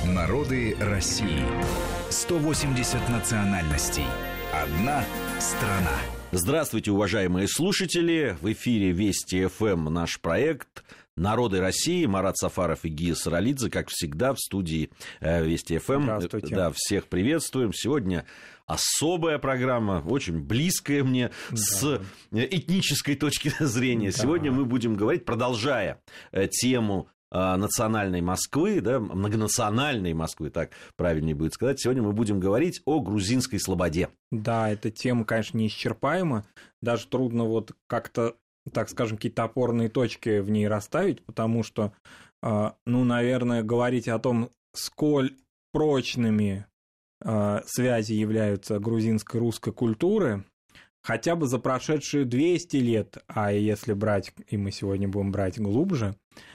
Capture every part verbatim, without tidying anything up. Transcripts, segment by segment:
Народы России. сто восемьдесят национальностей. Одна страна. Здравствуйте, уважаемые слушатели. В эфире Вести ФМ наш проект «Народы России». Марат Сафаров и Гия Саралидзе, как всегда, в студии Вести ФМ. Здравствуйте. Да, всех приветствуем. Сегодня особая программа, очень близкая мне да. с этнической точки зрения. Да. Сегодня мы будем говорить, продолжая тему национальной Москвы, да, многонациональной Москвы, так правильнее будет сказать. Сегодня мы будем говорить о грузинской слободе. Да, эта тема, конечно, неисчерпаема. Даже трудно вот как-то, так скажем, какие-то опорные точки в ней расставить, потому что, ну, наверное, говорить о том, сколь прочными связи являются грузинской русской культуры, хотя бы за прошедшие двести лет, а если брать, и мы сегодня будем брать глубже,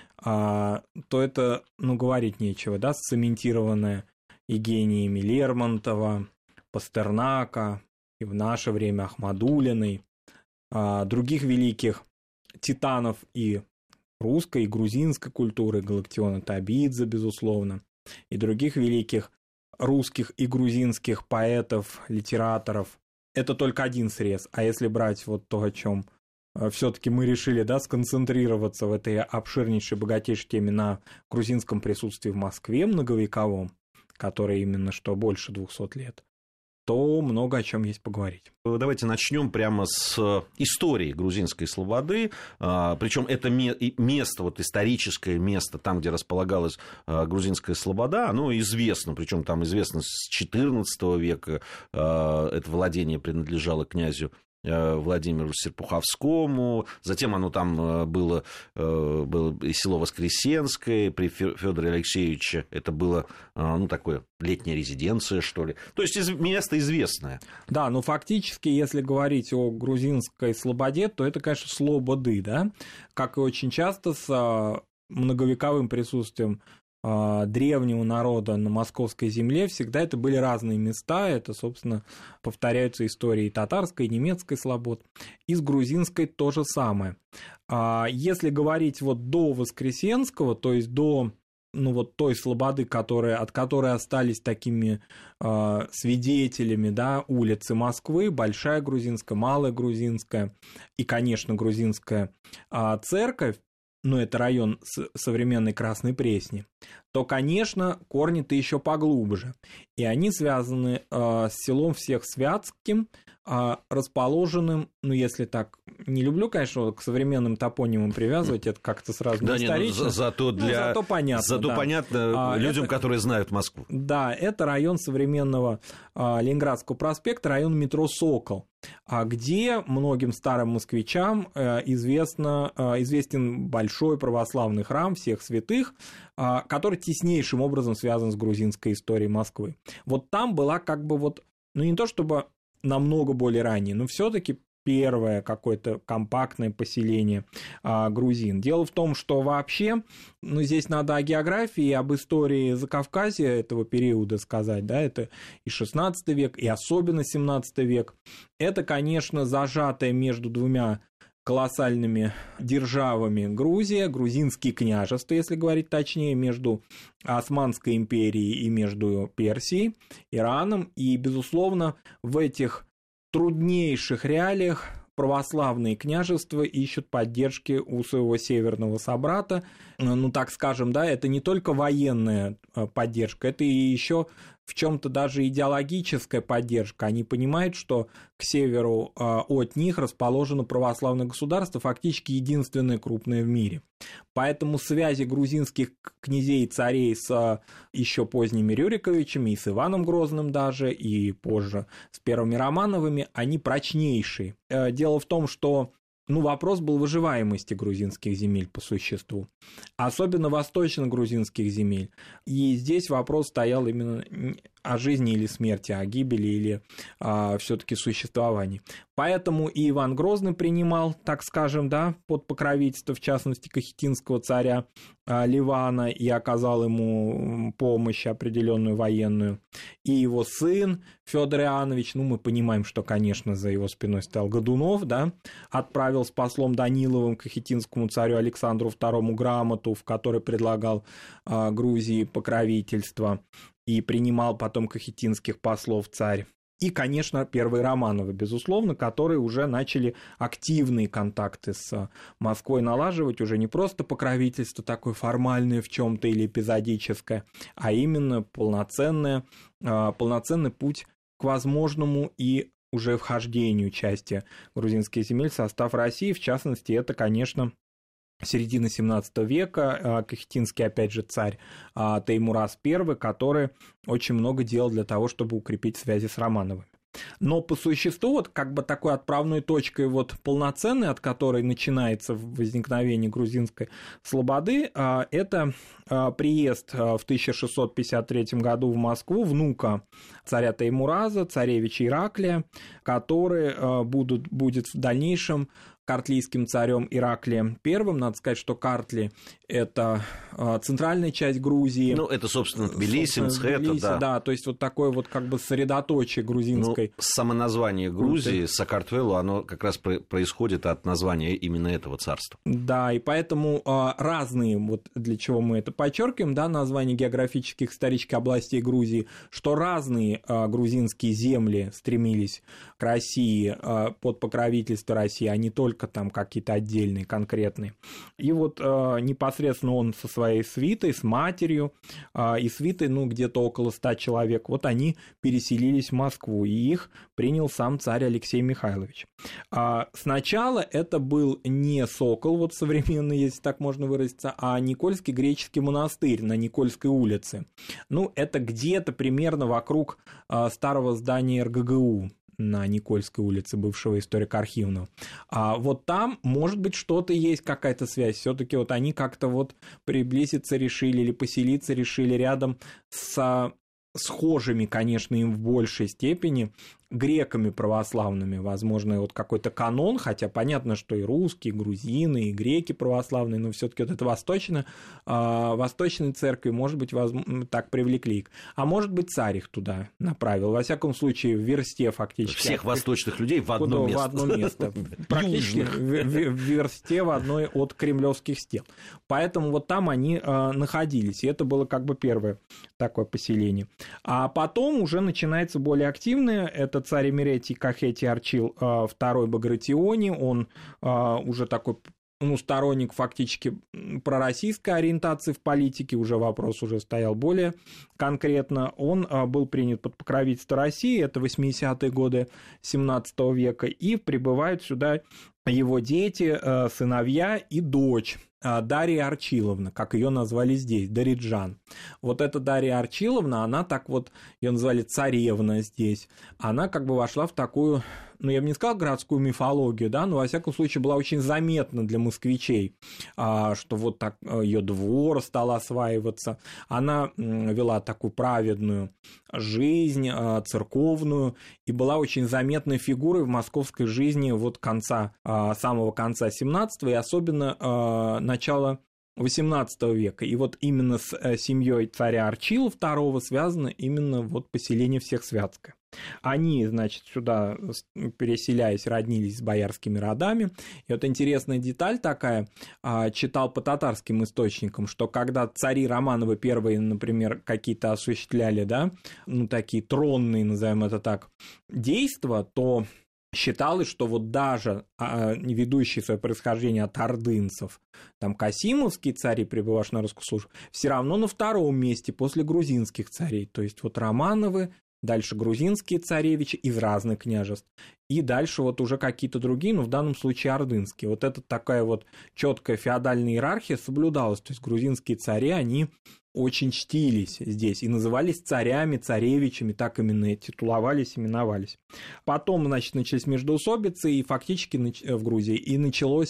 то это, ну, говорить нечего, да, сцементированное и гениями Лермонтова, Пастернака, и в наше время Ахмадулиной, других великих титанов и русской, и грузинской культуры, Галактиона Табидзе, безусловно, и других великих русских и грузинских поэтов, литераторов. Это только один срез, а если брать вот то, о чем все-таки мы решили, да, сконцентрироваться в этой обширнейшей, богатейшей теме на грузинском присутствии в Москве многовековом, которое именно что больше двухсот лет, то много о чем есть поговорить. Давайте начнем прямо с истории грузинской слободы. Причем это место, вот историческое место, там, где располагалась грузинская слобода, оно известно, причем там известно с четырнадцатого века. Это владение принадлежало князю Владимиру Серпуховскому, затем оно там было, было и село Воскресенское при Фёдоре Алексеевиче, это было, ну, такое летняя резиденция, что ли, то есть место известное. Да, но фактически, если говорить о грузинской слободе, то это, конечно, слободы, да, как и очень часто с многовековым присутствием древнего народа на московской земле всегда это были разные места, это, собственно, повторяются истории татарской, немецкой слобод, и с грузинской то же самое. Если говорить вот до Воскресенского, то есть до, ну, вот той слободы, которые, от которой остались такими э, свидетелями, да, улицы Москвы, Большая Грузинская, Малая Грузинская и, конечно, Грузинская э, церковь, ну, это район современной Красной Пресни, то, конечно, корни-то еще поглубже. И они связаны э, с селом Всехсвятским, э, расположенным, ну, если так, не люблю, конечно, к современным топонимам привязывать, это как-то сразу не исторично. Да, зато, для... ну, зато понятно, зато да. понятно а, людям, это... которые знают Москву. Да, это район современного э, Ленинградского проспекта, район метро «Сокол», где многим старым москвичам известно, известен большой православный храм всех святых, который теснейшим образом связан с грузинской историей Москвы. Вот там была как бы вот, ну, не то чтобы намного более ранее, но все-таки первое какое-то компактное поселение а, грузин. Дело в том, что вообще, ну, здесь надо о географии, об истории Закавказья этого периода сказать, да, это и шестнадцатый век, и особенно семнадцатый век. Это, конечно, зажатое между двумя колоссальными державами Грузия, грузинские княжества, если говорить точнее, между Османской империей и между Персией, Ираном, и, безусловно, в этих труднейших реалиях православные княжества ищут поддержки у своего северного собрата. Ну, так скажем, да, это не только военная поддержка, это и еще в чем-то даже идеологическая поддержка. Они понимают, что к северу от них расположено православное государство, фактически единственное крупное в мире. Поэтому связи грузинских князей и царей с еще поздними Рюриковичами, и с Иваном Грозным даже, и позже с первыми Романовыми, они прочнейшие. Дело в том, что, ну, вопрос был выживаемости грузинских земель по существу, особенно восточно-грузинских земель. И здесь вопрос стоял именно о жизни или смерти, о гибели или а, все-таки существовании. Поэтому и Иван Грозный принимал, так скажем, да, под покровительство, в частности, кахетинского царя а, Ливана, и оказал ему помощь определенную военную. И его сын Федор Иоаннович, ну, мы понимаем, что, конечно, за его спиной стоял Годунов, да, отправил с послом Даниловым к кахетинскому царю Александру второму грамоту, в которой предлагал а, Грузии покровительство, и принимал потом кахетинских послов царь. И, конечно, первые Романовы, безусловно, которые уже начали активные контакты с Москвой налаживать, уже не просто покровительство такое формальное в чем-то или эпизодическое, а именно полноценное, полноценный путь к возможному и уже вхождению части грузинских земель в состав России. В частности, это, конечно, середина семнадцатого века, кахетинский, опять же, царь Теймураз I, который очень много делал для того, чтобы укрепить связи с Романовыми. Но по существу, вот как бы такой отправной точкой вот полноценной, от которой начинается возникновение грузинской слободы, это приезд в тысяча шестьсот пятьдесят третьем году в Москву внука царя Теймураза, царевича Ираклия, который будут, будет в дальнейшем картлийским царем Ираклием I. Надо сказать, что Картли – это центральная часть Грузии. Ну, это, собственно, Тбилиси, Мцхета, да. Да, то есть вот такое вот как бы средоточие грузинской. Ну, самоназвание Грузии, Сакартвелу, оно как раз происходит от названия именно этого царства. Да, и поэтому разные, вот для чего мы это подчеркиваем, да, названия географических исторических областей Грузии, что разные грузинские земли стремились к России под покровительство России, а не только там какие-то отдельные, конкретные. И вот э, непосредственно он со своей свитой, с матерью, э, и свитой, ну, где-то около ста человек, вот они переселились в Москву, и их принял сам царь Алексей Михайлович. А сначала это был не Сокол, вот современный, если так можно выразиться, а Никольский греческий монастырь на Никольской улице. Ну, это где-то примерно вокруг э, старого здания эр гэ гэ у, на Никольской улице, бывшего историко-архивного. А вот там, может быть, что-то есть, какая-то связь. Все-таки вот они как-то вот приблизиться решили или поселиться решили рядом с схожими, конечно, им в большей степени греками православными, возможно, вот какой-то канон, хотя понятно, что и русские, и грузины, и греки православные, но все-таки вот это восточно, э, восточные церкви, может быть, воз... так привлекли их. А может быть, царь их туда направил. Во всяком случае, в версте фактически. Всех от... восточных людей в одно Куда? место. В одно место. Практически в, в, в версте в одной от кремлевских стен. Поэтому вот там они э, находились, и это было как бы первое такое поселение. А потом уже начинается более активное, это царь Эмеретий Кахетий Арчил второй Багратиони, он уже такой, ну, сторонник фактически пророссийской ориентации в политике, уже вопрос уже стоял более конкретно, он был принят под покровительство России, это восьмидесятые годы семнадцатого века, и прибывают сюда его дети, сыновья и дочь. Дарья Арчиловна, как ее назвали здесь, Дариджан. Вот эта Дарья Арчиловна, она так вот, ее назвали царевна здесь, она как бы вошла в такую, ну, я бы не сказал городскую мифологию, да, но, во всяком случае, была очень заметна для москвичей, что вот так ее двор стал осваиваться. Она вела такую праведную жизнь, церковную, и была очень заметной фигурой в московской жизни вот конца, самого конца семнадцатого и особенно начала восемнадцатого века. И вот именно с семьей царя Арчила второго связано именно вот поселение Всехсвятское. Они, значит, сюда, переселяясь, роднились с боярскими родами. И вот интересная деталь такая, читал по татарским источникам, что когда цари Романовы первые, например, какие-то осуществляли, да, ну, такие тронные, назовем это так, действия, то считалось, что вот даже а, ведущие свое происхождение от ордынцев, там касимовские цари, прибывавшие на русскую службу, все равно на втором месте после грузинских царей. То есть вот Романовы, дальше грузинские царевичи из разных княжеств, и дальше вот уже какие-то другие, но в данном случае ордынские. Вот эта такая вот четкая феодальная иерархия соблюдалась. То есть грузинские цари, они очень чтились здесь и назывались царями, царевичами, так именно титуловались, именовались. Потом, значит, начались междоусобицы и фактически в Грузии, и началось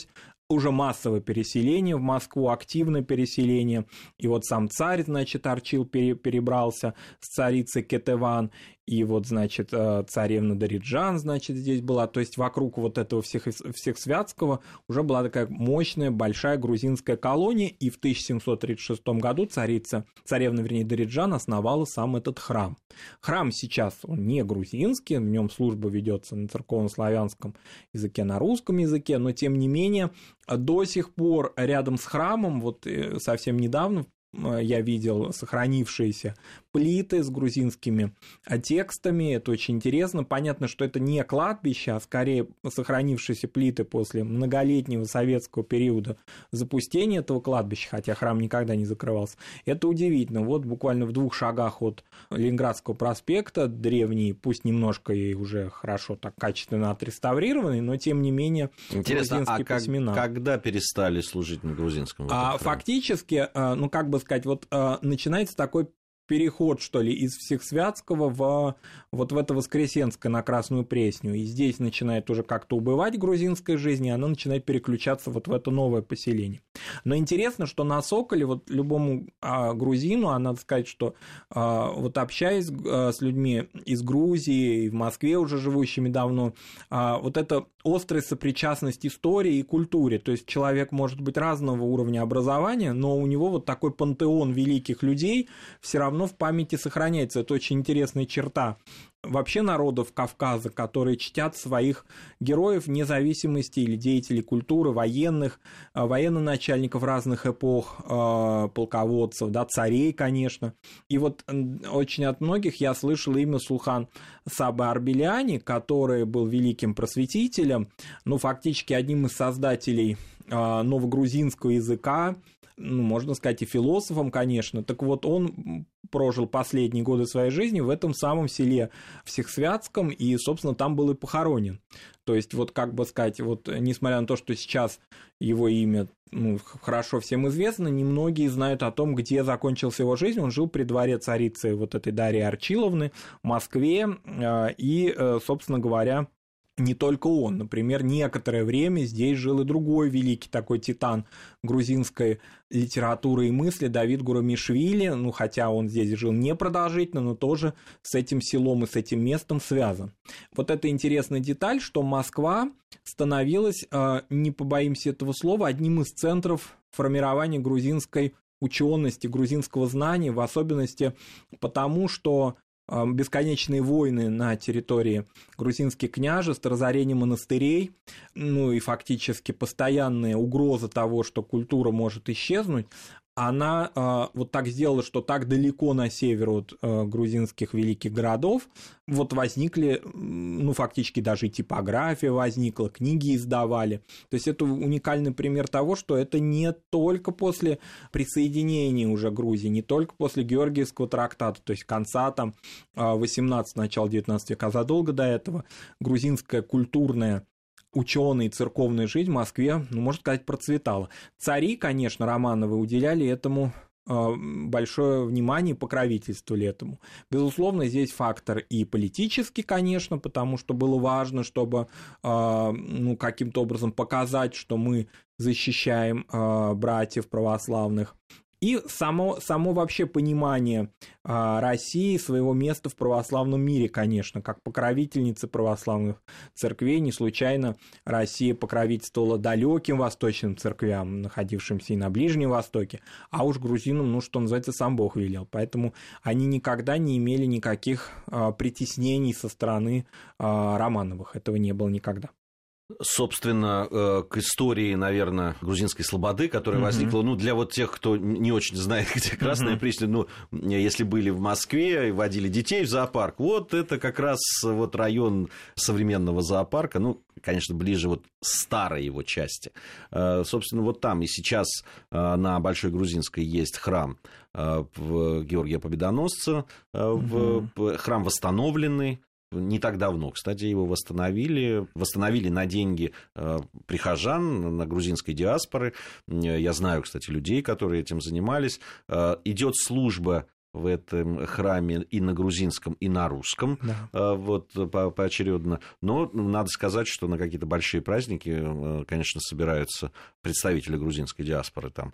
уже массовое переселение в Москву, активное переселение. И вот сам царь, значит, Арчил перебрался с царицей Кетеван, и вот, значит, царевна Дариджан, значит, здесь была. То есть вокруг вот этого всех, всех Святского уже была такая мощная, большая грузинская колония, и в тысяча семьсот тридцать шестом году царица, царевна, вернее, Дариджан основала сам этот храм. Храм сейчас, он не грузинский, в нем служба ведется на церковно-славянском языке, на русском языке, но, тем не менее, до сих пор рядом с храмом, вот совсем недавно я видел сохранившиеся плиты с грузинскими текстами. Это очень интересно. Понятно, что это не кладбище, а скорее сохранившиеся плиты после многолетнего советского периода запустения этого кладбища, хотя храм никогда не закрывался. Это удивительно. Вот буквально в двух шагах от Ленинградского проспекта древний, пусть немножко и уже хорошо так качественно отреставрированный, но тем не менее интересно, грузинские а как, письмена. Когда перестали служить на грузинском? А, фактически, ну как бы сказать, вот начинается такой переход, что ли, из Всехсвятского в вот в это Воскресенское на Красную Пресню. И здесь начинает уже как-то убывать грузинская жизнь, и она начинает переключаться вот в это новое поселение. Но интересно, что на Соколе вот любому а, грузину, а надо сказать, что а, вот общаясь а, с людьми из Грузии и в Москве уже живущими давно, а, вот эта острая сопричастность истории и культуре. То есть человек может быть разного уровня образования, но у него вот такой пантеон великих людей все равно в памяти сохраняется. Это очень интересная черта вообще народов Кавказа, которые чтят своих героев вне зависимости или деятелей культуры, военных, военно-начальников разных эпох, полководцев, да, царей, конечно. И вот очень от многих я слышал имя Сулхан Саба Арбеляни, который был великим просветителем, ну, фактически одним из создателей новогрузинского языка, ну, можно сказать, и философом, конечно. Так вот, он прожил последние годы своей жизни в этом самом селе Всехсвятском, и, собственно, там был и похоронен. То есть, вот как бы сказать, вот несмотря на то, что сейчас его имя, ну, хорошо всем известно, немногие знают о том, где закончилась его жизнь. Он жил при дворе царицы вот этой Дарьи Арчиловны в Москве, и, собственно говоря, не только он. Например, некоторое время здесь жил и другой великий такой титан грузинской литературы и мысли Давид Гурамишвили, ну, хотя он здесь жил непродолжительно, но тоже с этим селом и с этим местом связан. Вот это интересная деталь, что Москва становилась, не побоимся этого слова, одним из центров формирования грузинской учености, грузинского знания, в особенности потому, что бесконечные войны на территории грузинских княжеств, разорение монастырей, ну и фактически постоянная угроза того, что культура может исчезнуть, она э, вот так сделала, что так далеко на север от э, грузинских великих городов вот возникли, ну, фактически даже и типография возникла, книги издавали. То есть это уникальный пример того, что это не только после присоединения уже Грузии, не только после Георгиевского трактата, то есть конца там восемнадцатого, начала девятнадцатого века, а задолго до этого грузинская культурная, ученая и церковная жизнь в Москве, ну, можно сказать, процветала. Цари, конечно, Романовы уделяли этому большое внимание и покровительствовали этому. Безусловно, здесь фактор и политический, конечно, потому что было важно, чтобы ну, каким-то образом показать, что мы защищаем братьев православных. И само, само вообще понимание а, России, своего места в православном мире, конечно, как покровительницы православных церквей. Не случайно Россия покровительствовала далеким восточным церквям, находившимся и на Ближнем Востоке, а уж грузинам, ну, что называется, сам Бог велел. Поэтому они никогда не имели никаких а, притеснений со стороны а, Романовых. Этого не было никогда. Собственно, к истории, наверное, грузинской слободы, которая uh-huh. возникла, ну, для вот тех, кто не очень знает, где Красная uh-huh. Пресня, ну, если были в Москве и водили детей в зоопарк, вот это как раз вот район современного зоопарка, ну, конечно, ближе вот старой его части. Собственно, вот там и сейчас на Большой Грузинской есть храм Георгия Победоносца, uh-huh. храм восстановленный. Не так давно, кстати, его восстановили. Восстановили на деньги прихожан, на грузинской диаспоры. Я знаю, кстати, людей, которые этим занимались. Идет служба в этом храме и на грузинском, и на русском, да. вот, по- поочередно. Но надо сказать, что на какие-то большие праздники, конечно, собираются представители грузинской диаспоры там.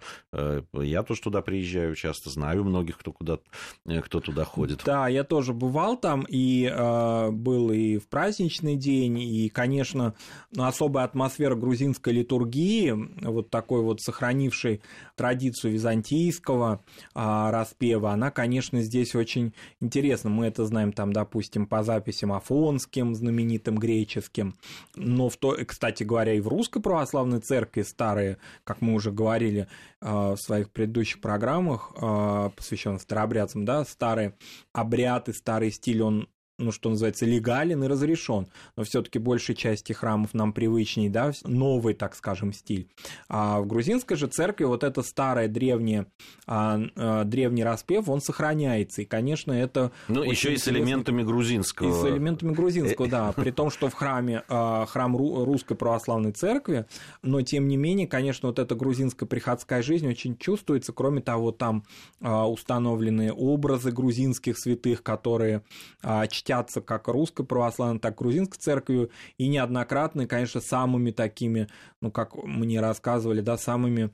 Я тоже туда приезжаю часто, знаю многих, кто, куда, кто туда ходит. Да, я тоже бывал там, и э, был и в праздничный день, и, конечно, особая атмосфера грузинской литургии, вот такой вот сохранившей традицию византийского э, распева, она, конечно, здесь очень интересна. Мы это знаем, там, допустим, по записям афонским, знаменитым греческим, но, в то, кстати говоря, и в Русской Православной Церкви старые, как мы уже говорили э, в своих предыдущих программах, э, посвященных старообрядцам, да, старые обряды, старый стиль, он, ну, что называется, легален и разрешен, но все-таки большей части храмов нам привычней, да, новый, так скажем, стиль. А в грузинской же церкви вот это старое древнее, а, а, древний распев, он сохраняется, и, конечно, это... Ну, еще и с элементами грузинского. И с элементами грузинского, да, при том, что в храме, храм Русской Православной Церкви, но, тем не менее, конечно, вот эта грузинская приходская жизнь очень чувствуется, кроме того, там установлены образы грузинских святых, которые чтят как русской православной, так и грузинской церковью, и неоднократно, конечно, самыми такими, ну, как мне рассказывали, да, самыми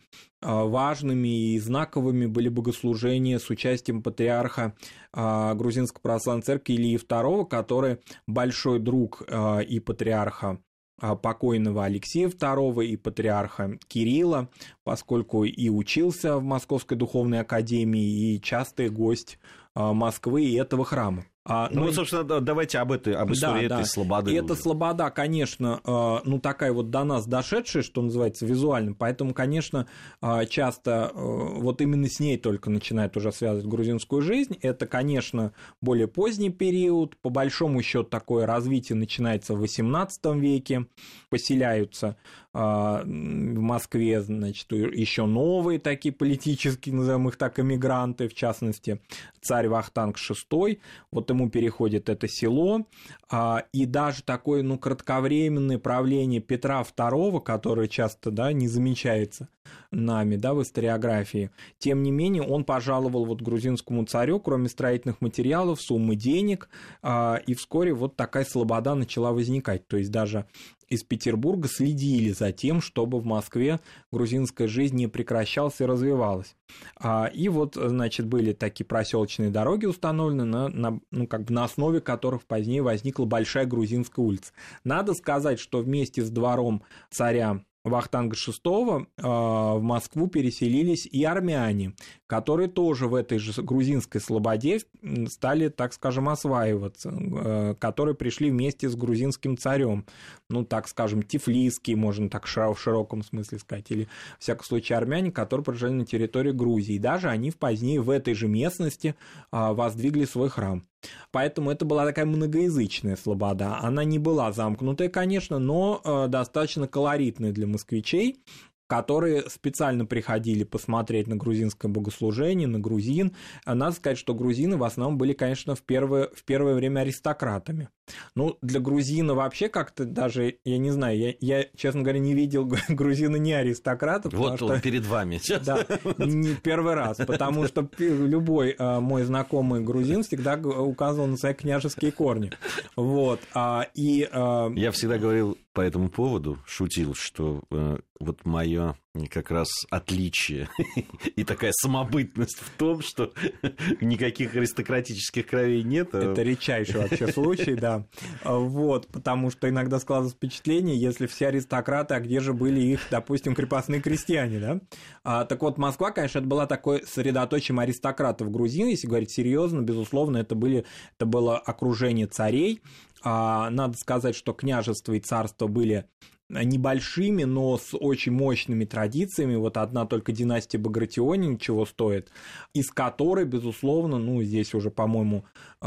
важными и знаковыми были богослужения с участием патриарха грузинской православной церкви Илии второго, который большой друг и патриарха покойного Алексея второго и патриарха Кирилла, поскольку и учился в Московской духовной академии, и частый гость Москвы и этого храма. А, ну, ну, собственно, давайте об, этой, об истории да, этой да. слободы. И эта слобода, конечно, ну, такая вот до нас дошедшая, что называется, визуально, поэтому, конечно, часто вот именно с ней только начинает уже связывать грузинскую жизнь. Это, конечно, более поздний период, по большому счету такое развитие начинается в восемнадцатом веке, поселяются в Москве, значит, еще новые такие политические, назовем их так, эмигранты, в частности, царь Вахтанг шестой, вот ему переходит это село, и даже такое, ну, кратковременное правление Петра второго, которое часто, да, не замечается нами, да, в историографии, тем не менее, он пожаловал вот грузинскому царю, кроме строительных материалов, суммы денег, и вскоре вот такая слобода начала возникать, то есть даже из Петербурга следили за тем, чтобы в Москве грузинская жизнь не прекращалась и развивалась. И вот, значит, были такие проселочные дороги установлены, на, на, ну, как бы на основе которых позднее возникла Большая Грузинская улица. Надо сказать, что вместе с двором царя Вахтанга шестого в Москву переселились и армяне, которые тоже в этой же грузинской слободе стали, так скажем, осваиваться, которые пришли вместе с грузинским царем, ну, так скажем, тифлисские, можно так в широком смысле сказать, или, в всяком случае, армяне, которые прожили на территории Грузии. И даже они позднее в этой же местности воздвигли свой храм. Поэтому это была такая многоязычная слобода. Она не была замкнутая, конечно, но э, достаточно колоритная для москвичей, которые специально приходили посмотреть на грузинское богослужение, на грузин. Надо сказать, что грузины в основном были, конечно, в первое, в первое время аристократами. Ну, для грузина вообще как-то даже, я не знаю, я, я честно говоря, не видел грузина не аристократов. Вот он что, перед вами. Да, не первый раз, потому что любой а, мой знакомый грузин всегда указывал на свои княжеские корни. Вот, а, и... А... Я всегда говорил по этому поводу, шутил, что э, вот мое как раз отличие и такая самобытность в том, что никаких аристократических кровей нет. А... Это редчайший вообще случай, да. Вот, потому что иногда складывается впечатление, если все аристократы, а где же были их, допустим, крепостные крестьяне, да? А, так вот, Москва, конечно, это была такой средоточием аристократов грузин, если говорить серьезно, безусловно, это, были, это было окружение царей. А, надо сказать, что княжество и царство были небольшими, но с очень мощными традициями. Вот одна только династия Багратиони чего стоит, из которой, безусловно, ну, здесь уже, по-моему,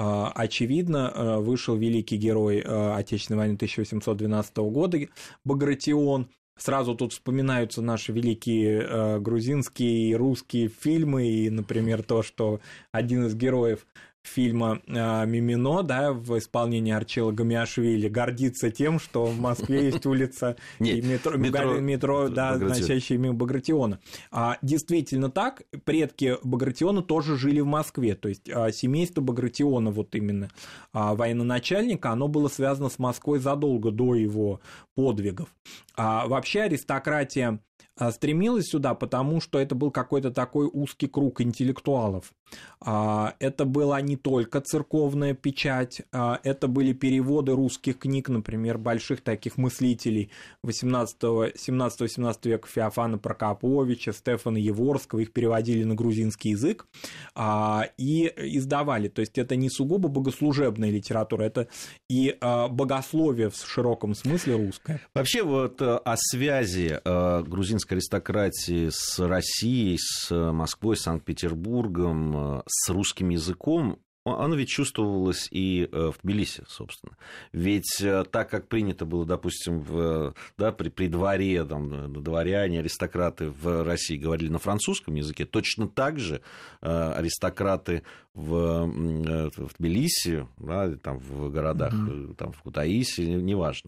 очевидно, вышел великий герой Отечественной войны тысяча восемьсот двенадцатого года Багратион. Сразу тут вспоминаются наши великие э, грузинские и русские фильмы, и, например, то, что один из героев фильма «Мимино», да, в исполнении Арчила Гамиашвили, гордится тем, что в Москве есть улица и метро, метро, метро да, носящее имя Багратиона. А, действительно так, предки Багратиона тоже жили в Москве, то есть семейство Багратиона, вот именно военачальника, оно было связано с Москвой задолго до его подвигов. А вообще аристократия стремилась сюда, потому что это был какой-то такой узкий круг интеллектуалов. Это была не только церковная печать, это были переводы русских книг, например, больших таких мыслителей семнадцатого-семнадцатого века Феофана Прокоповича, Стефана Еворского, их переводили на грузинский язык и издавали. То есть это не сугубо богослужебная литература, это и богословие в широком смысле русское. Вообще вот о связи грузинской аристократии с Россией, с Москвой, с Санкт-Петербургом, с русским языком, оно ведь чувствовалось и в Тбилиси, собственно. Ведь так, как принято было, допустим, в, да, при, при дворе, там, дворяне, аристократы в России говорили на французском языке, точно так же аристократы в, в Тбилиси, да, там, в городах, mm-hmm. там, в Кутаиси, неважно,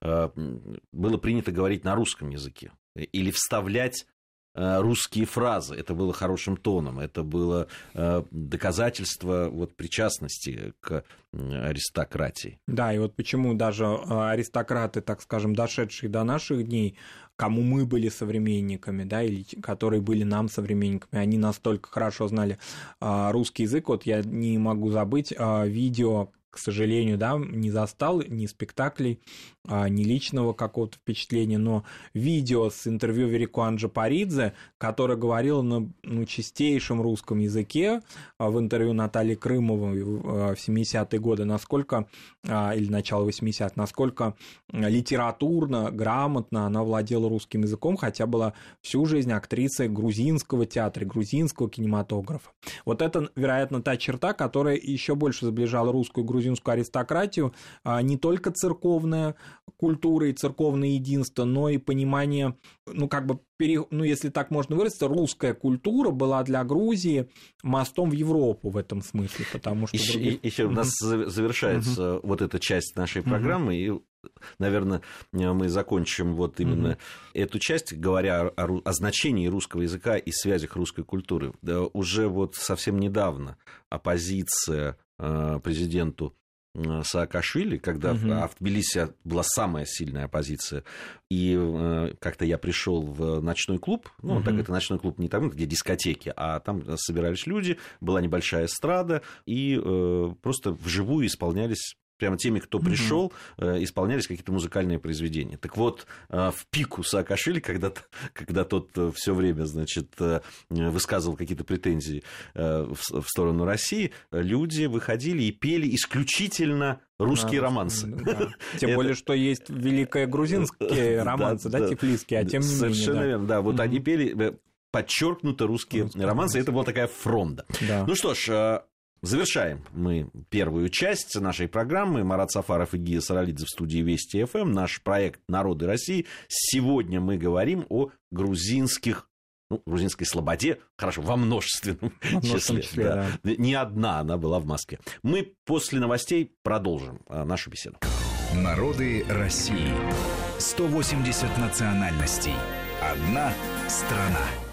было принято говорить на русском языке. Или вставлять русские фразы. Это было хорошим тоном, это было доказательство вот, причастности к аристократии. Да, и вот почему даже аристократы, так скажем, дошедшие до наших дней, кому мы были современниками, да, или которые были нам современниками, они настолько хорошо знали русский язык. Вот я не могу забыть видео, к сожалению, да, не застал ни спектаклей, ни личного какого-то впечатления, но видео с интервью Верикуан Джапаридзе, которая говорила на ну, чистейшем русском языке в интервью Натальи Крымовой в семидесятые годы, насколько, или начало восьмидесятых, насколько литературно, грамотно она владела русским языком, хотя была всю жизнь актрисой грузинского театра, грузинского кинематографа. Вот это, вероятно, та черта, которая еще больше сближала русскую и грузинскую аристократию, не только церковная культура и церковное единство, но и понимание, ну, как бы, пере... ну, если так можно выразиться, русская культура была для Грузии мостом в Европу в этом смысле, потому что... Еще, других... еще у нас завершается uh-huh. вот эта часть нашей программы, uh-huh. и, наверное, мы закончим вот именно uh-huh. эту часть, говоря о, о значении русского языка и связях русской культуры. Да, уже вот совсем недавно оппозиция э, президенту Саакашвили, когда угу. а в Тбилиси была самая сильная оппозиция, и э, как-то я пришел в ночной клуб, ну, угу. так это ночной клуб не там, где дискотеки, а там собирались люди, была небольшая эстрада, и э, просто вживую исполнялись прямо теми, кто пришел, mm-hmm. исполнялись какие-то музыкальные произведения. Так вот, в пику Саакашвили, когда, когда тот все время, значит, высказывал какие-то претензии в сторону России, люди выходили и пели исключительно русские да, романсы. Да. Тем более, что есть великие грузинские романсы, да, тифлисские, а тем не менее. Совершенно верно, да. Вот они пели подчеркнуто русские романсы, это была такая фронта. Ну что ж, завершаем мы первую часть нашей программы. Марат Сафаров и Гия Саралидзе в студии Вести эф эм. Наш проект «Народы России». Сегодня мы говорим о грузинских, ну, грузинской слободе, хорошо, во множественном, во множественном числе. числе да. Да. Не одна она была в Москве. Мы после новостей продолжим нашу беседу. Народы России. сто восемьдесят национальностей. Одна страна.